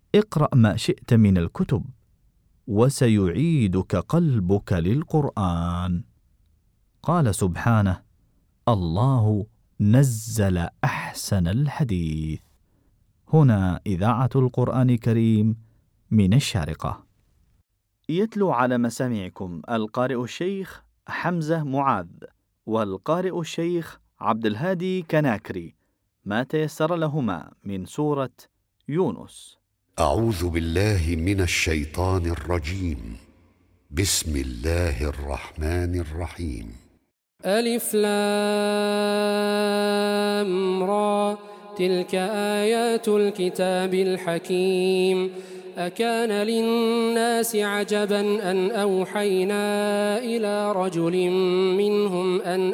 اقرأ ما شئت من الكتب، وسيعيدك قلبك للقرآن. قال سبحانه: الله نزل أحسن الحديث. هنا إذاعة القرآن الكريم من الشارقة. يتلو على مسامعكم القارئ الشيخ حمزة معاذ والقارئ الشيخ عبد الهادي كناكري ما تيسر لهما من سورة يونس. أعوذ بالله من الشيطان الرجيم. بسم الله الرحمن الرحيم. ألف لام را، تلك آيات الكتاب الحكيم. أكان للناس عجبا أن أوحينا إلى رجل منهم أن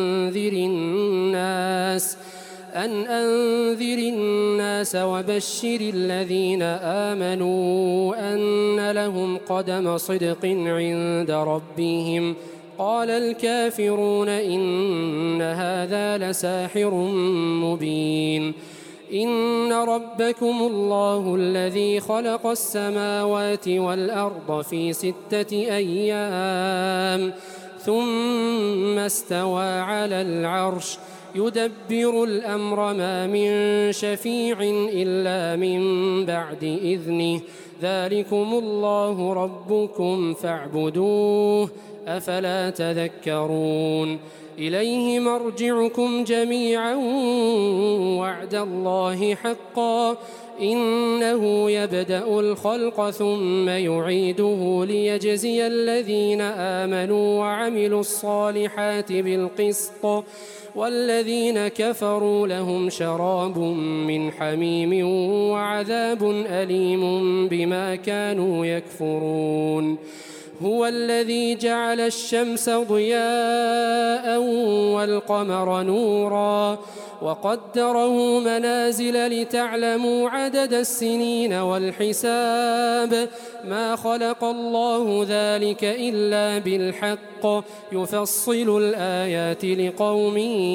أنذر الناس وبشر الذين آمنوا أن لهم قدم صدق عند ربهم. قال الكافرون إن هذا لساحر مبين. إن ربكم الله الذي خلق السماوات والأرض في 6 أيام ثم استوى على العرش يدبر الأمر ما من شفيع إلا من بعد إذنه. ذلكم الله ربكم فاعبدوه أفلا تذكرون. إليه مرجعكم جميعا وعد الله حقا إنه يبدأ الخلق ثم يعيده ليجزي الذين آمنوا وعملوا الصالحات بالقسط والذين كفروا لهم شراب من حميم وعذاب أليم بما كانوا يكفرون. هو الذي جعل الشمس ضياء والقمر نورا وقدره منازل لتعلموا عدد السنين والحساب. ما خلق الله ذلك إلا بالحق يفصل الآيات لقوم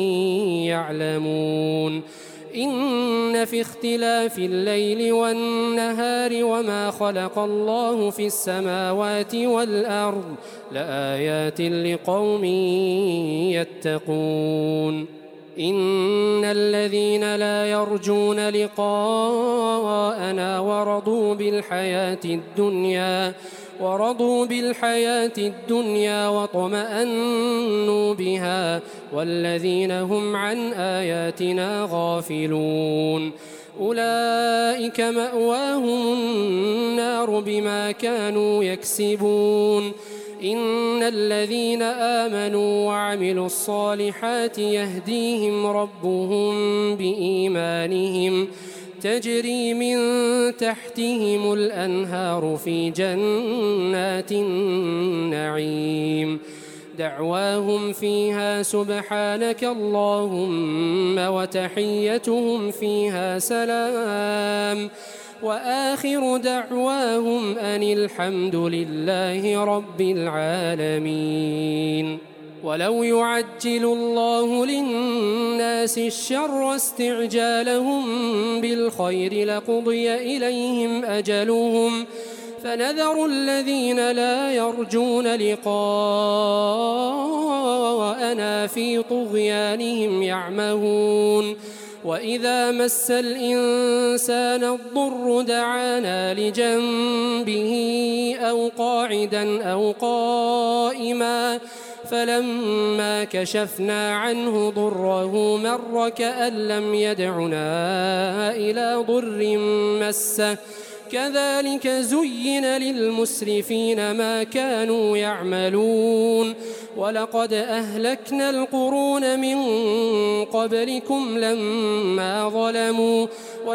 يعلمون. إن في اختلاف الليل والنهار وما خلق الله في السماوات والأرض لآيات لقوم يتقون. إن الذين لا يرجون لقاءنا ورضوا بالحياة الدنيا واطمأنوا بها والذين هم عن آياتنا غافلون أولئك مأواهم النار بما كانوا يكسبون. إن الذين آمنوا وعملوا الصالحات يهديهم ربهم بإيمانهم تجري من تحتهم الأنهار في جنات النعيم. دعواهم فيها سبحانك اللهم وتحيتهم فيها سلام وآخر دعواهم أن الحمد لله رب العالمين. ولو يعجل الله للناس الشر استعجالهم بالخير لقضي إليهم أجلهم فنذر الذين لا يرجون لقاءنا في طغيانهم يعمهون. وإذا مس الإنسان الضر دعانا لجنبه أو قاعدا أو قائما فلما كشفنا عنه ضره مر كأن لم يدعنا إلى ضر مسه كذلك زين للمسرفين ما كانوا يعملون. ولقد أهلكنا القرون من قبلكم لما ظلموا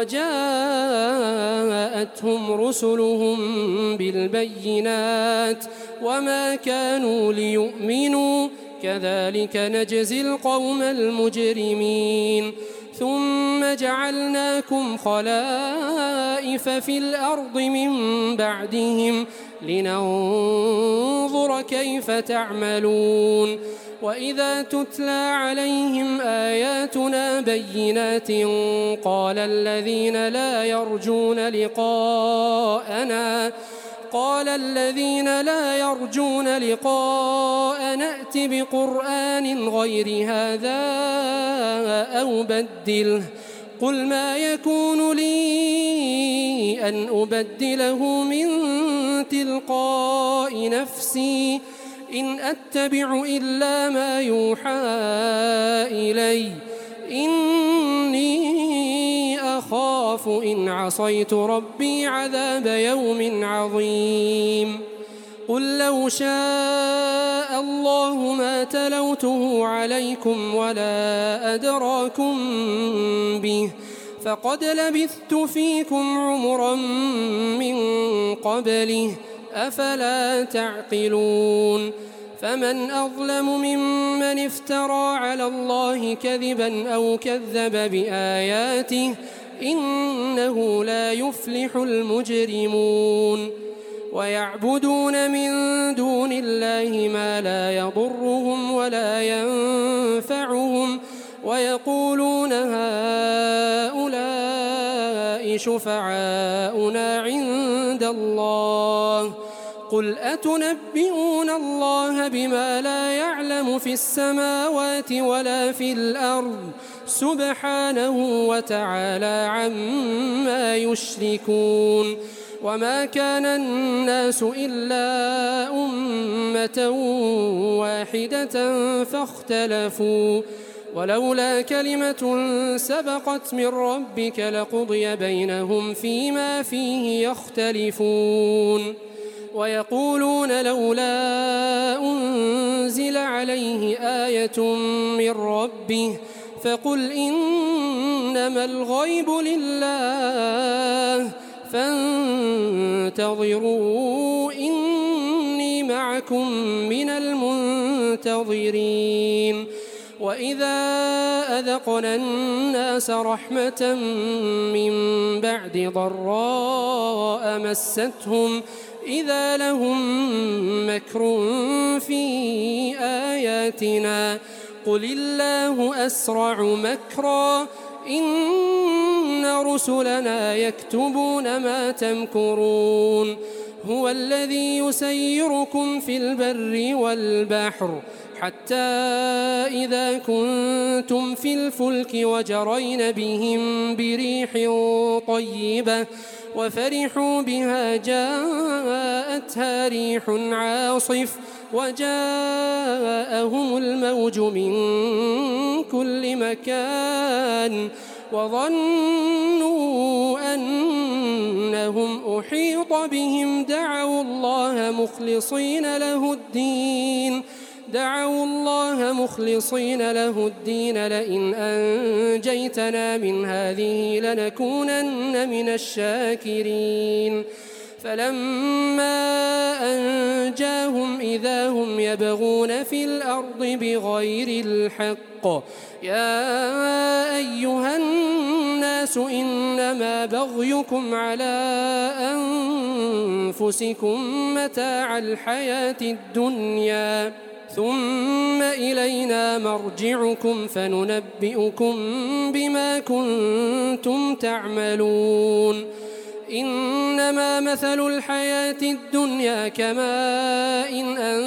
وجاءتهم رسلهم بالبينات وما كانوا ليؤمنوا كذلك نجزي القوم المجرمين. ثم جعلناكم خلائف في الأرض من بعدهم لننظر كيف تعملون. وإذا تتلى عليهم آياتنا بينات قال الذين لا يرجون لقاءنا ائت بقرآن غير هذا أو بدله قل ما يكون لي أن أبدله من تلقاء نفسي إن أتبع إلا ما يوحى إلي إني أخاف إن عصيت ربي عذاب يوم عظيم قل لو شاء الله ما تلوته عليكم ولا أدراكم به فقد لبثت فيكم عمرا من قبله أفلا تعقلون فمن أظلم ممن افترى على الله كذبا أو كذب بآياته إنه لا يفلح المجرمون ويعبدون من دون الله ما لا يضرهم ولا ينفعهم ويقولون هؤلاء شفعاؤنا عند الله قل أتنبئون الله بما لا يعلم في السماوات ولا في الأرض سبحانه وتعالى عما يشركون وما كان الناس إلا أمة واحدة فاختلفوا ولولا كلمة سبقت من ربك لقضي بينهم فيما فيه يختلفون ويقولون لولا أنزل عليه آية من ربه فقل إنما الغيب لله فانتظروا إني معكم من المنتظرين وإذا أذقنا الناس رحمة من بعد ضراء مستهم إذا لهم مكر في آياتنا قل الله أسرع مكرا إن رسلنا يكتبون ما تمكرون هو الذي يسيركم في البر والبحر حتى إذا كنتم في الفلك وجرين بهم بريح طيبة وفرحوا بها جاءتها ريح عاصف وجاءهم الموج من كل مكان وظنوا أنهم أحيط بهم دعوا الله مخلصين له الدين لئن أنجيتنا من هذه لنكونن من الشاكرين فلما أنجاهم إذا هم يبغون في الأرض بغير الحق يا أيها الناس إنما بغيكم على أنفسكم متاع الحياة الدنيا ثم إلينا مرجعكم فننبئكم بما كنتم تعملون إنما مثل الحياة الدنيا كماء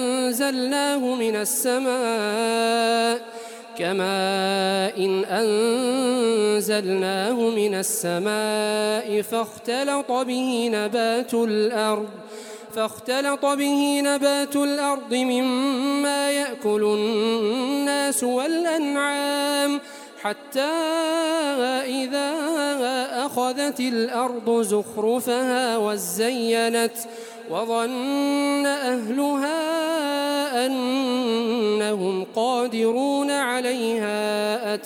أنزلناه من السماء فاختلط به نبات الأرض مما يأكل الناس والأنعام حتى إذا أخذت الأرض زخرفها وزينت وظن أهلها أنهم قادرون عليها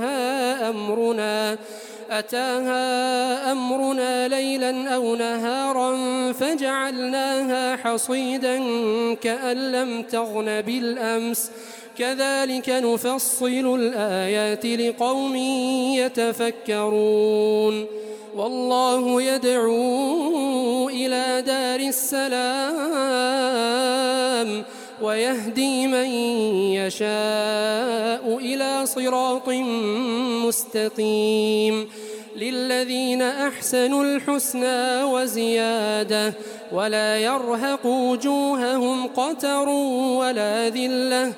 أتاها أمرنا ليلا أو نهارا فجعلناها حصيدا كأن لم تغن بالأمس كذلك نفصل الآيات لقوم يتفكرون والله يدعو إلى دار السلام ويهدي من يشاء إلى صراط مستقيم. للذين أحسنوا الحسنى وزيادة ولا يرهق وجوههم قتر ولا ذلة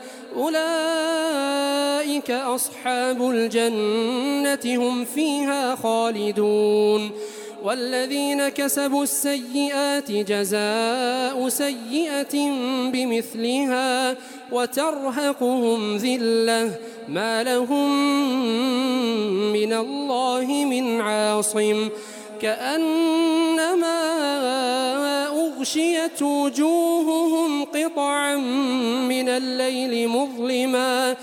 أولئك أصحاب الجنة هم فيها خالدون. والذين كسبوا السيئات جزاء سيئة بمثلها وترهقهم ذلة ما لهم من الله من عاصم كأنما أغشيت وجوههم قطعا من الليل مظلما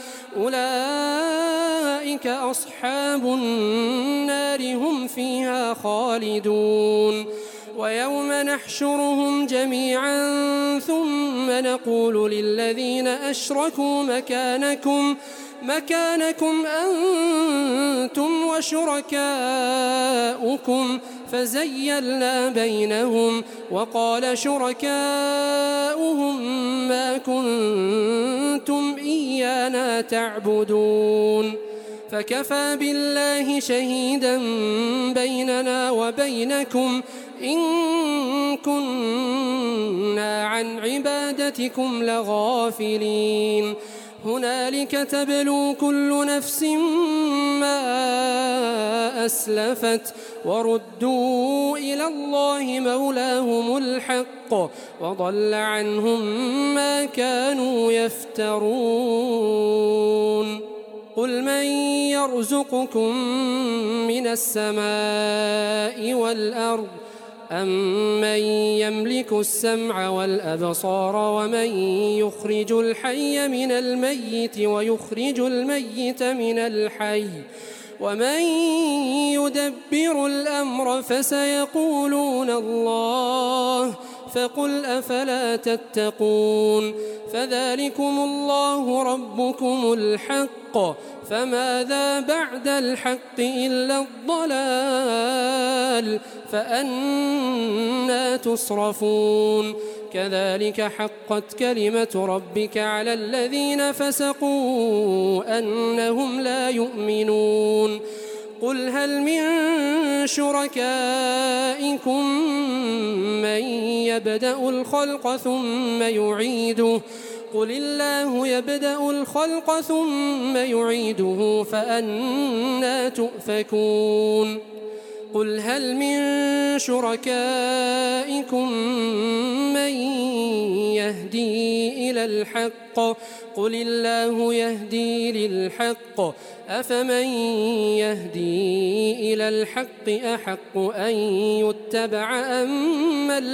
أولئك أصحاب النار هم فيها خالدون. ويوم نحشرهم جميعا ثم نقول للذين أشركوا مكانكم أنتم وشركاؤكم فزيلنا بينهم وقال شركاؤهم ما كنتم إيانا تعبدون فكفى بالله شهيدا بيننا وبينكم إن كنا عن عبادتكم لغافلين. هنالك تبلو كل نفس ما أسلفت وردوا إلى الله مولاهم الحق وضل عنهم ما كانوا يفترون. قل من يرزقكم من السماء والأرض أمن يملك السمع والأبصار ومن يخرج الحي من الميت ويخرج الميت من الحي ومن يدبر الأمر فسيقولون الله فقل أفلا تتقون. فذلكم الله ربكم الحق فماذا بعد الحق إلا الضلال فأنى تصرفون. كذلك حقت كلمة ربك على الذين فسقوا أنهم لا يؤمنون. قل هل من شركائكم من يبدأ الخلق ثم يعيده قل الله يبدأ الخلق ثم يعيده فأنى تؤفكون. قل هل من شركائكم من يهدي إلى الحق قل الله يهدي للحق أفمن يهدي إلى الحق أحق أن يتبع أمن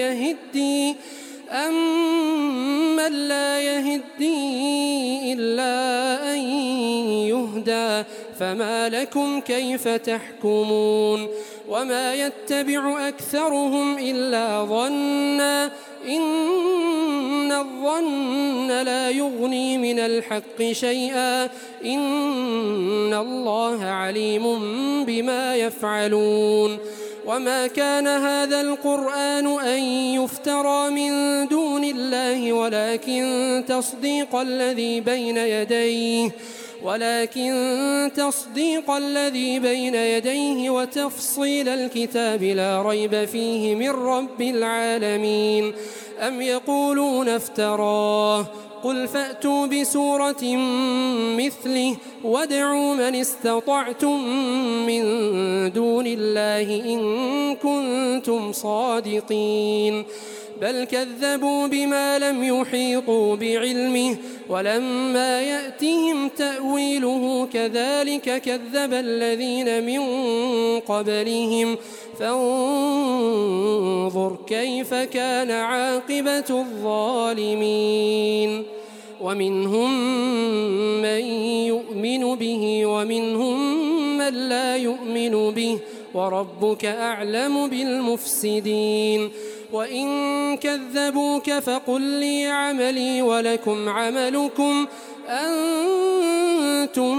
لا يهدي إلا أن يهدى فما لكم كيف تحكمون. وما يتبع أكثرهم إلا ظنا إن الظن لا يغني من الحق شيئا إن الله عليم بما يفعلون. وما كان هذا القرآن أن يفترى من دون الله ولكن تصديق الذي بين يديه وتفصيل الكتاب لا ريب فيه من رب العالمين. أم يقولون افتراه قل فأتوا بسورة مثله وادعوا من استطعتم من دون الله إن كنتم صادقين. بل كذبوا بما لم يحيطوا بعلمه ولما يأتهم تأويله كذلك كذب الذين من قبلهم فانظر كيف كان عاقبة الظالمين. ومنهم من يؤمن به ومنهم من لا يؤمن به وربك أعلم بالمفسدين. وإن كذبوك فقل لي عملي ولكم عملكم أنتم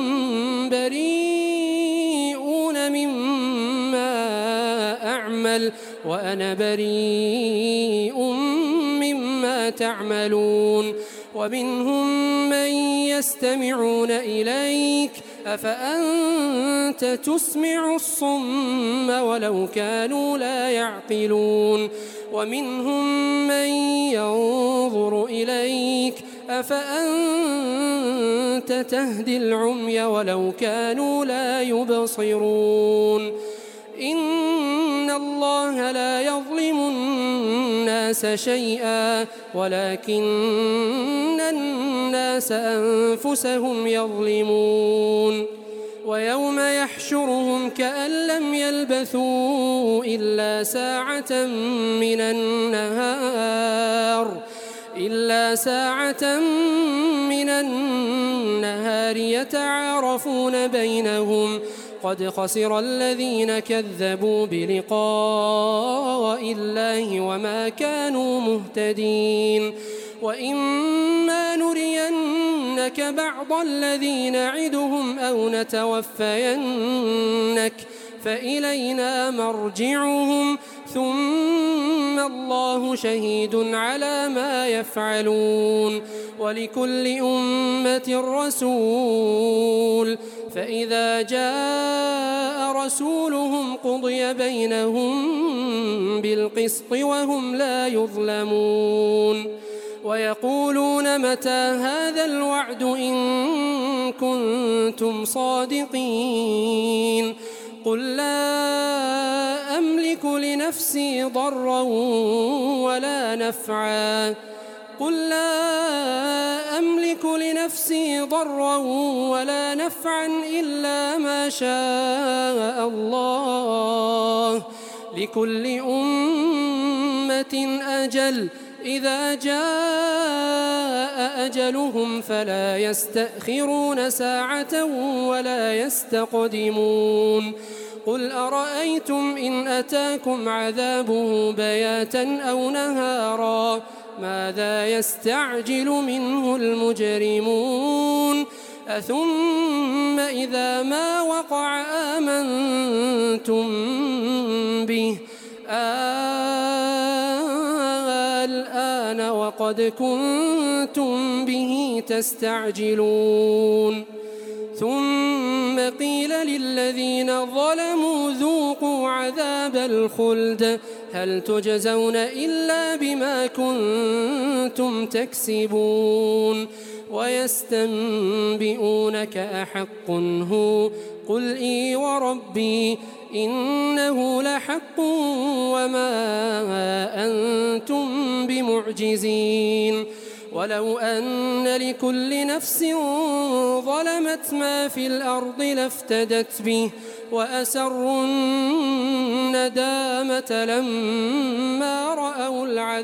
بريئون مما أعمل وأنا بريء مما بما تعملون ومنهم من يستمعون إليك أفأنت تسمع الصم ولو كانوا لا يعقلون ومنهم من ينظر إليك أفأنت تهدي العمي ولو كانوا لا يبصرون إن الله لا يظلم الناس شيئا ولكن الناس أنفسهم يظلمون ويوم يحشرهم كأن لم يلبثوا إلا ساعة من النهار يتعارفون بينهم قد خسر الذين كذبوا بلقاء الله وما كانوا مهتدين وإما نرينك بعض الذي نعدهم أو نتوفينك فإلينا مرجعهم ثم الله شهيد على ما يفعلون ولكل أمة رسول فإذا جاء رسولهم قضي بينهم بالقسط وهم لا يظلمون ويقولون متى هذا الوعد إن كنتم صادقين قل لا أملك لنفسي ضرا ولا نفعا إلا ما شاء الله لكل أمة أجل إذا جاء أجلهم فلا يستأخرون ساعة ولا يستقدمون قل أرأيتم إن أتاكم عذابه بياتا أو نهارا ماذا يستعجل منه المجرمون أثم إذا ما وقع آمنتم به الآن وقد كنتم به تستعجلون ثم قيل للذين ظلموا ذوقوا عذاب الخلد هل تجزون إلا بما كنتم تكسبون ويستنبئونك أحق هو قل إي وربي إنه لحق وما أنتم بمعجزين ولو أن لكل نفس ظلمت ما في الأرض لافتدت به وأسروا الندامة لما رأوا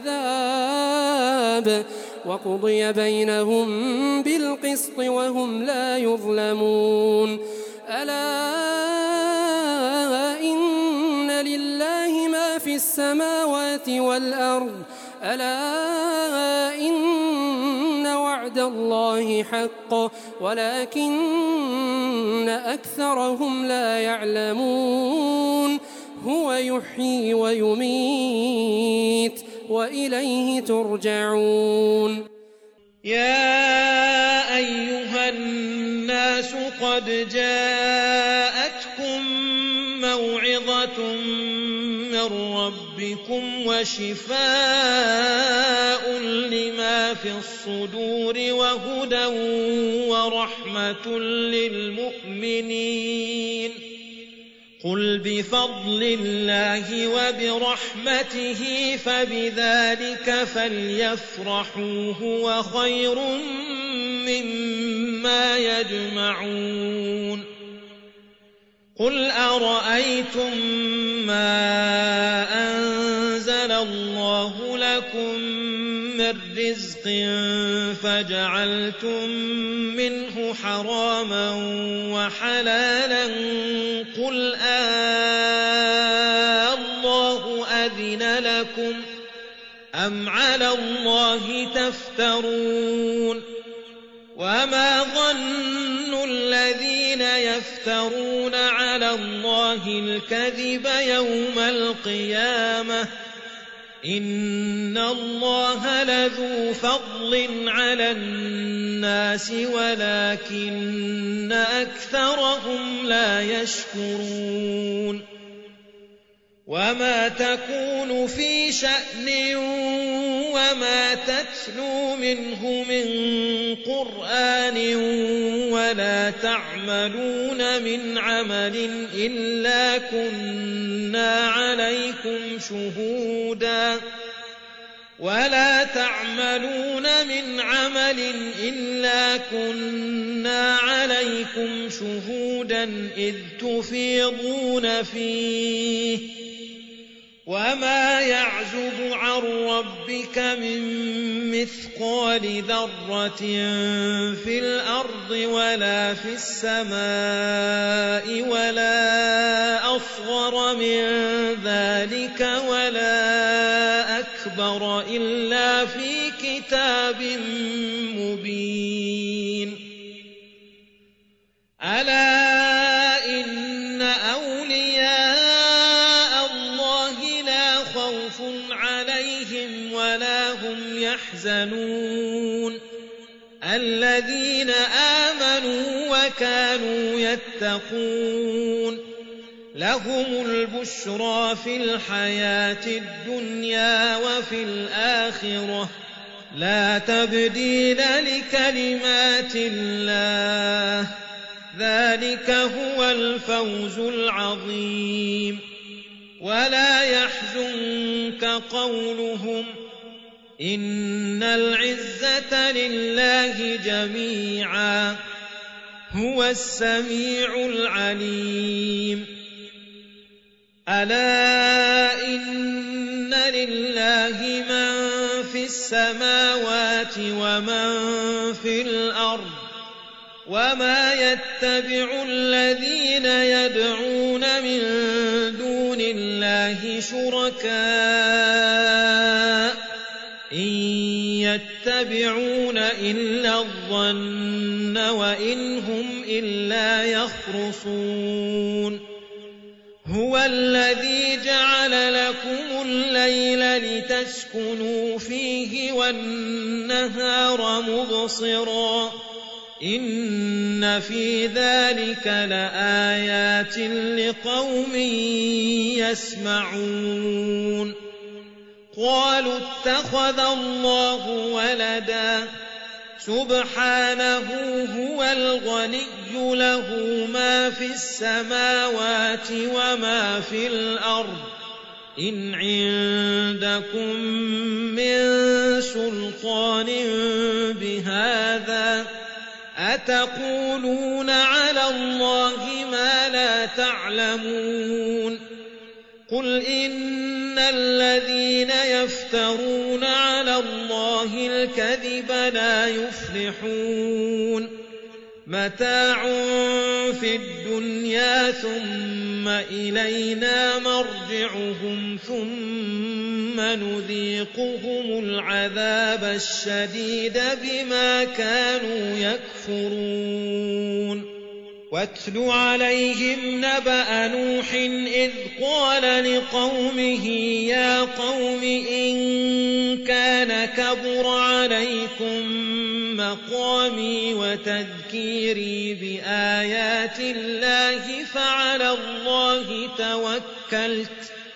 العذاب وقضي بينهم بالقسط وهم لا يظلمون ألا إن لله ما في السماوات والأرض ألا إن وعد الله حق ولكن أكثرهم لا يعلمون هو يحيي ويميت وإليه ترجعون يا أيها الناس قد جاءتكم موعظة من ربكم وشفاء لما في الصدور وهدى ورحمة للمؤمنين قل بفضل الله وبرحمته فبذلك فليفرحوا هو خير مما يجمعون قل أرأيتم ما أنزل الله لكم من رزق فجعلتم منه حراما وحلالا قل الله أذن لكم أم على الله تفترون وما ظن الذين يفترون على الله الكذب يوم القيامة إن الله لذو فضل على الناس ولكن أكثرهم لا يشكرون وما تكون في شأن وما تتلو منه من قرآن ولا تعملون من عمل إلا كنا عليكم شهودا إذ تفيضون فيه وما يعزب عن ربك من مثقال ذرة في الأرض ولا في السماء ولا أصغر من ذلك ولا أكبر إلا في كتاب مبين ألا إن أولياء الله لا خوف عليهم ولا هم يحزنون الذين آمنوا وكانوا يتقون لهم البشرى في الحياة الدنيا وفي الآخرة لا تبديل لكلمات الله ذلك هو الفوز العظيم ولا يحزنك قولهم إن العزة لله جميعا هو السميع العليم ألا إن لله من في السماوات ومن في الأرض وما يتبع الذين يدعون من دون الله شركاء إن يتبعون إلا الظن وإن هم إلا يخرصون هو الذي جعل لكم الليل لتسكنوا فيه والنهار مبصرا إن في ذلك لآيات لقوم يسمعون قالوا اتخذ الله ولدا سبحانه هو الغني له ما في السماوات وما في الأرض إن عندكم من سلطان بهذا أتقولون على الله ما لا تعلمون قل إن الذين يفترون على الله الكذب لا يفلحون متاع في الدنيا ثم إلينا مرجعهم ثم نذيقهم العذاب الشديد بما كانوا يكفرون واتل عليهم نبأ نوح إذ قال لقومه يا قوم إن كان كبر عليكم مقامي وتذكيري بآيات الله فعلى الله توكلت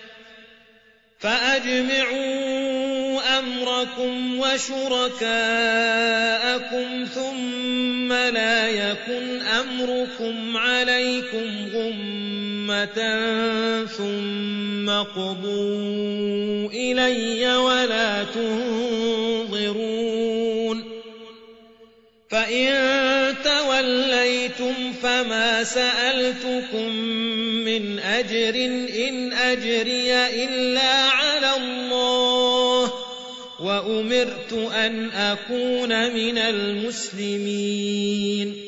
فأجمعوا أمركم وشركاءكم ثم لا يكن أمركم عليكم غمة ثم قضوا إلي ولا تنظرون فإن توليتم فما سألتكم من أجر إن أجري إلا على الله وأمرت أن أكون من المسلمين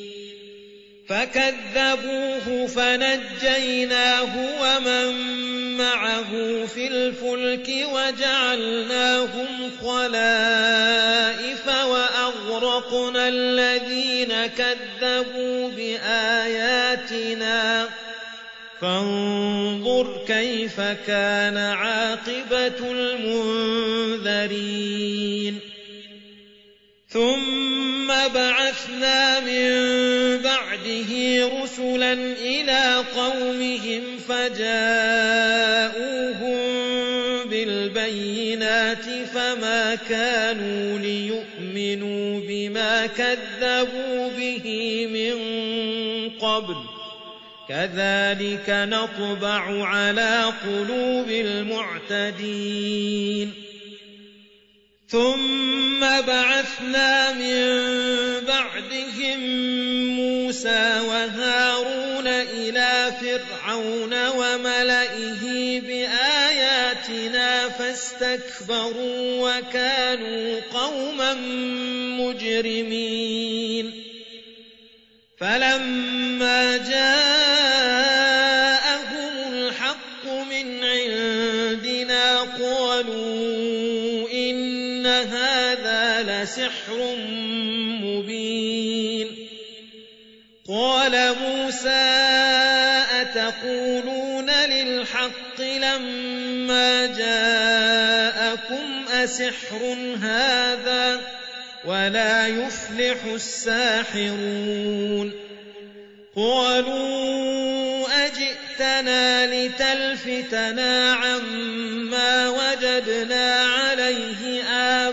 فكذبوه فنجيناه ومن معه في الفلك وجعلناهم خلائف وأغرقنا الذين كذبوا بآياتنا فانظر كيف كان عاقبة المنذرين ثم بعثنا من بعده رسلا إلى قومهم فجاءوهم بالبينات فما كانوا ليؤمنوا بما كذبوا به من قبل كذلك نطبع على قلوب المعتدين ثم بعثنا من بعدهم موسى وهارون إلى فرعون وملئه بآياتنا فاستكبروا وكانوا قوما مجرمين فلما جاءهم الحق من عندنا قالوا إن هذا لسحر مبين قال موسى أتقولون للحق لما جاءكم أسحر هذا ولا يفلح الساحرون قالوا أجئتنا لتلفتنا عما وجدنا عليه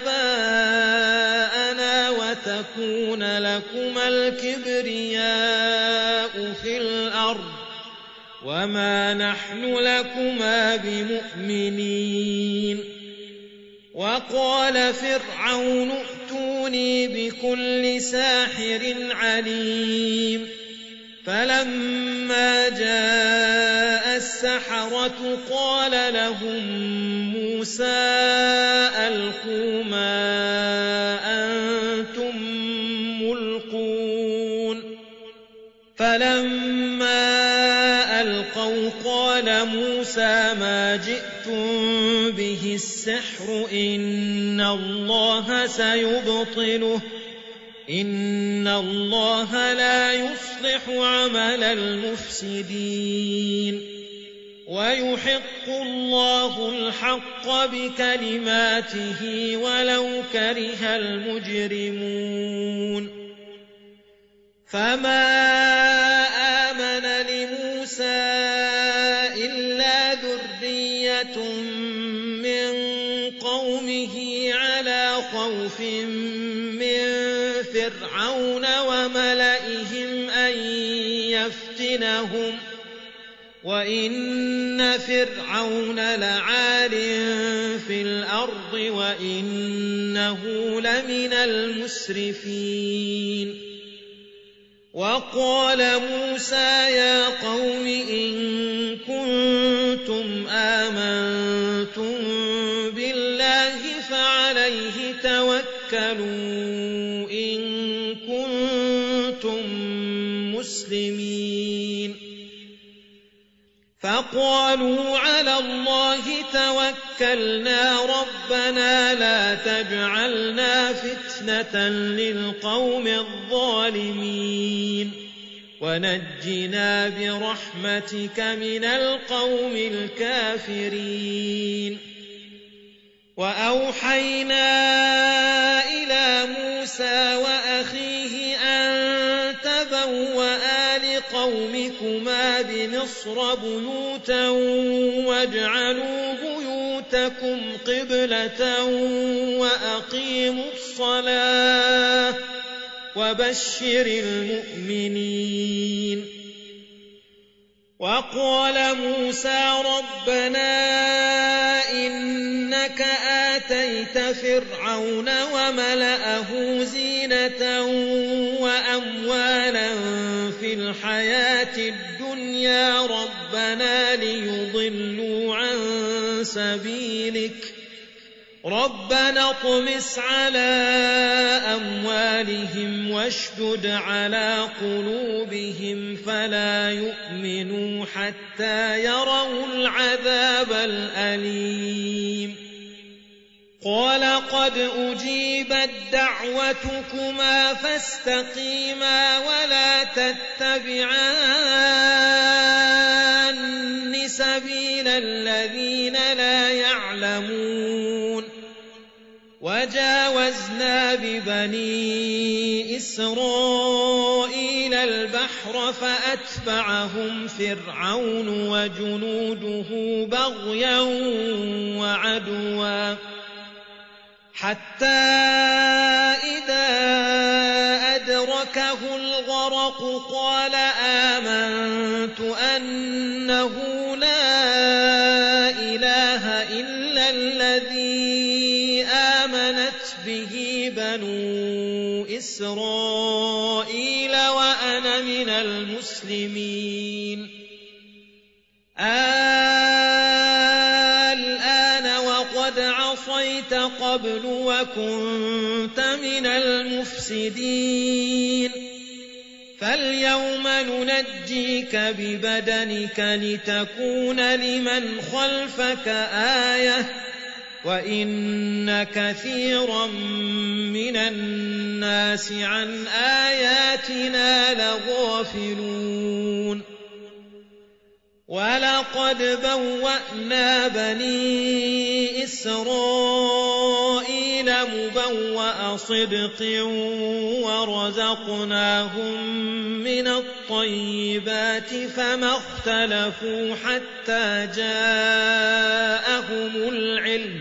آباءنا وتكون لكما الكبرياء في الأرض وما نحن لكما بمؤمنين وقال فرعون ائتوني بكل ساحر عليم فلما جاء السحرة قال لهم موسى ألقوا ما أنتم ملقون فلما ألقوا قال موسى ما جئتم به السحر إن الله سيبطله إن الله لا يصلح عمل المفسدين ويحق الله الحق بكلماته ولو كره المجرمون فما آمن لموسى إلا ذرية من قومه على خوف من فرعون وملئهم أن يفتنهم وإن فرعون لعال في الأرض وإنه لمن المسرفين وقال موسى يا قوم إن كنتم آمنتم بالله فعليه توكلوا إن كنتم مسلمين فقالوا على الله توكلنا ربنا لا تجعلنا فتنة للقوم الظالمين ونجنا برحمتك من القوم الكافرين وأوحينا إلى موسى وأخيه أن تبوأ لقومكما بمصر بيوتا واجعلوا بيوتكم قبلة وأقيموا الصلاة وبشر المؤمنين وقال موسى ربنا إنك آتيت فرعون وملأه زينة وأموالا في الحياة الدنيا ربنا ليضلوا عن سبيلك ربنا اطمس على أموالهم واشدد على قلوبهم فلا يؤمنوا حتى يروا العذاب الأليم قال قد أجيبت دعوتكما فاستقيما ولا تتبعان سبيل الذين لا يعلمون وجاوزنا ببني إسرائيل البحر فأتبعهم فرعون وجنوده بغيا وعدوا حتى إذا أدركه الغرق قال آمنت أنه لا إله إلا الذي آمنت به بنو إسرائيل وأنا من المسلمين الآن وقد عصيت قبل وكنت من المفسدين فاليوم ننجيك ببدنك لتكون لمن خلفك آية وإن كثيرا من الناس عن آياتنا لغافلون ولقد بوأنا بني إسرائيل مبوأ صدق ورزقناهم من الطيبات فما اختلفوا حتى جاءهم العلم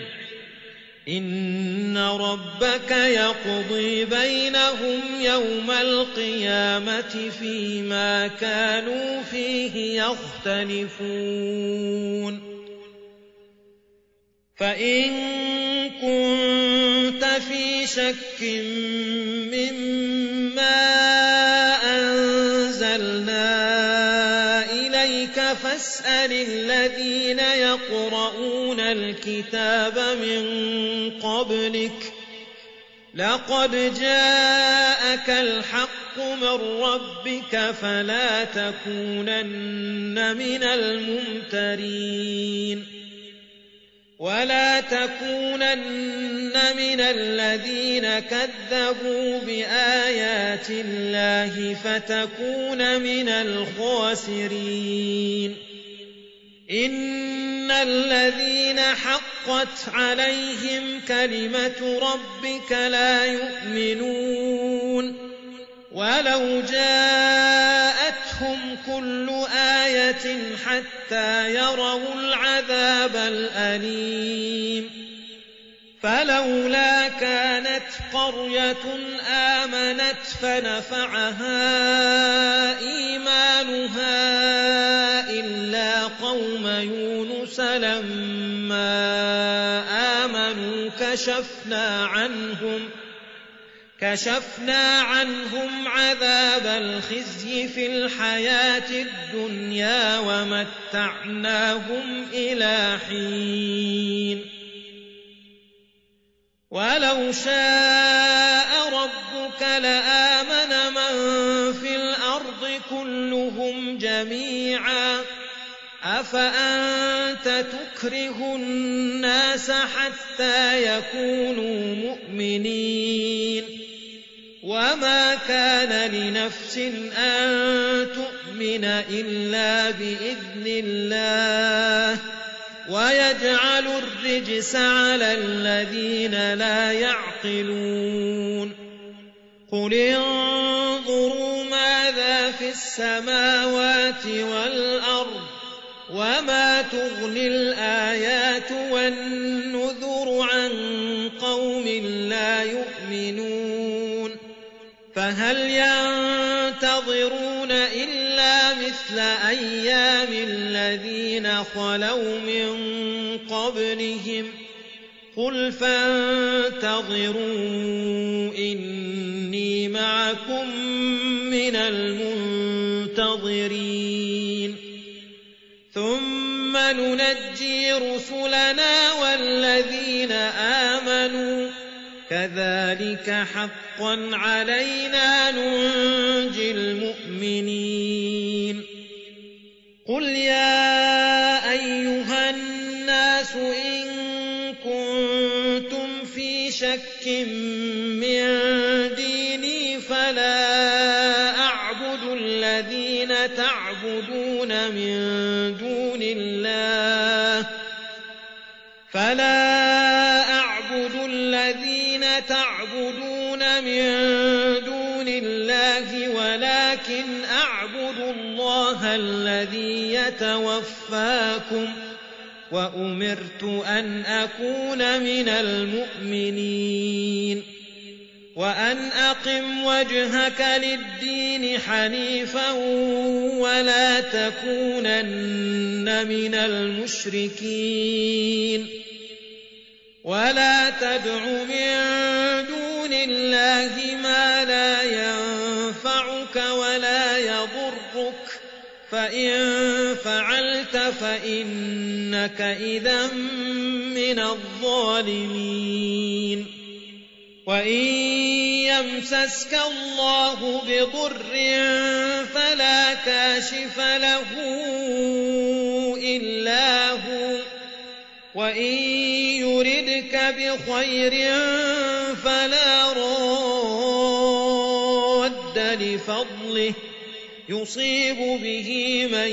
إن ربك يقضي بينهم يوم القيامة فيما كانوا فيه يختلفون فإن كنت في شك مما أنزلنا إليك فاسأل الذين يقرؤون الكتاب من قبلك لقد جاءك الحق من ربك فلا تكونن من الممترين ولا تكونن من الذين كذبوا بآيات الله فتكون من الخاسرين إن الذين حقت عليهم كلمة ربك لا يؤمنون ولو جاءتهم كل آية حتى يروا العذاب الأليم فلولا كانت قرية آمنت فنفعها إيمانها إلا قوم يونس لما آمنوا كشفنا عنهم عذاب الخزي في الحياة الدنيا ومتعناهم إلى حين ولو شاء ربك لآمن من في الأرض كلهم جميعا أفأنت تكره الناس حتى يكونوا مؤمنين وما كان لنفس أن تؤمن إلا بإذن الله ويجعل الرجس على الذين لا يعقلون قل انظروا ماذا في السماوات والأرض وما تغني الآيات والنذر عن قوم لا يؤمنون فهل ينتظرون إلا مثل أيام الذين خلوا من قبلهم قل فانتظروا إني معكم من المنتظرين ثم ننجي رسلنا والذين آمنوا كذلك حقا علينا ننجي المؤمنين قل يا أيها الناس إن كنتم في شك من ديني فلا أعبد الذين تعبدون من دون الله ما تعبدون من دون الله ولكن أعبد الله الذي يتوفاكم وأمرت أن أكون من المؤمنين وأن أقم وجهك للدين حنيفا ولا تكونن من المشركين ولا تدع من دون الله ما لا ينفعك ولا يضرك فإن فعلت فإنك إذا من الظالمين وإن يمسسك الله بضر فلا كاشف له إلا هو وإن يردك بخير فلا راد لفضله يصيب به من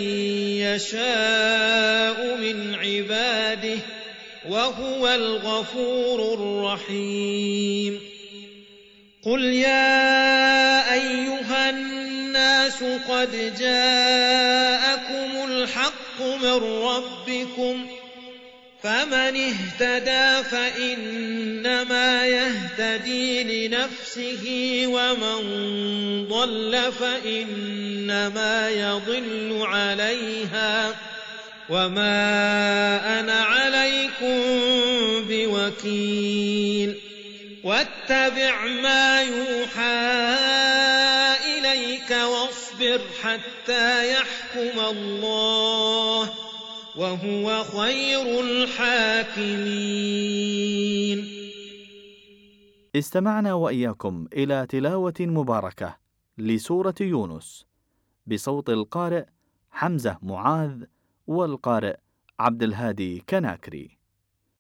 يشاء من عباده وهو الغفور الرحيم قل يا أيها الناس قد جاءكم الحق من ربكم فمن اهتدى فإنما يهتدي لنفسه ومن ضل فإنما يضل عليها وما أنا عليكم بوكيل واتبع ما يوحى إليك واصبر حتى يحكم الله وهو خير الحاكمين. استمعنا وإياكم إلى تلاوة مباركة لسورة يونس بصوت القارئ حمزة معاذ والقارئ عبد الهادي كناكري.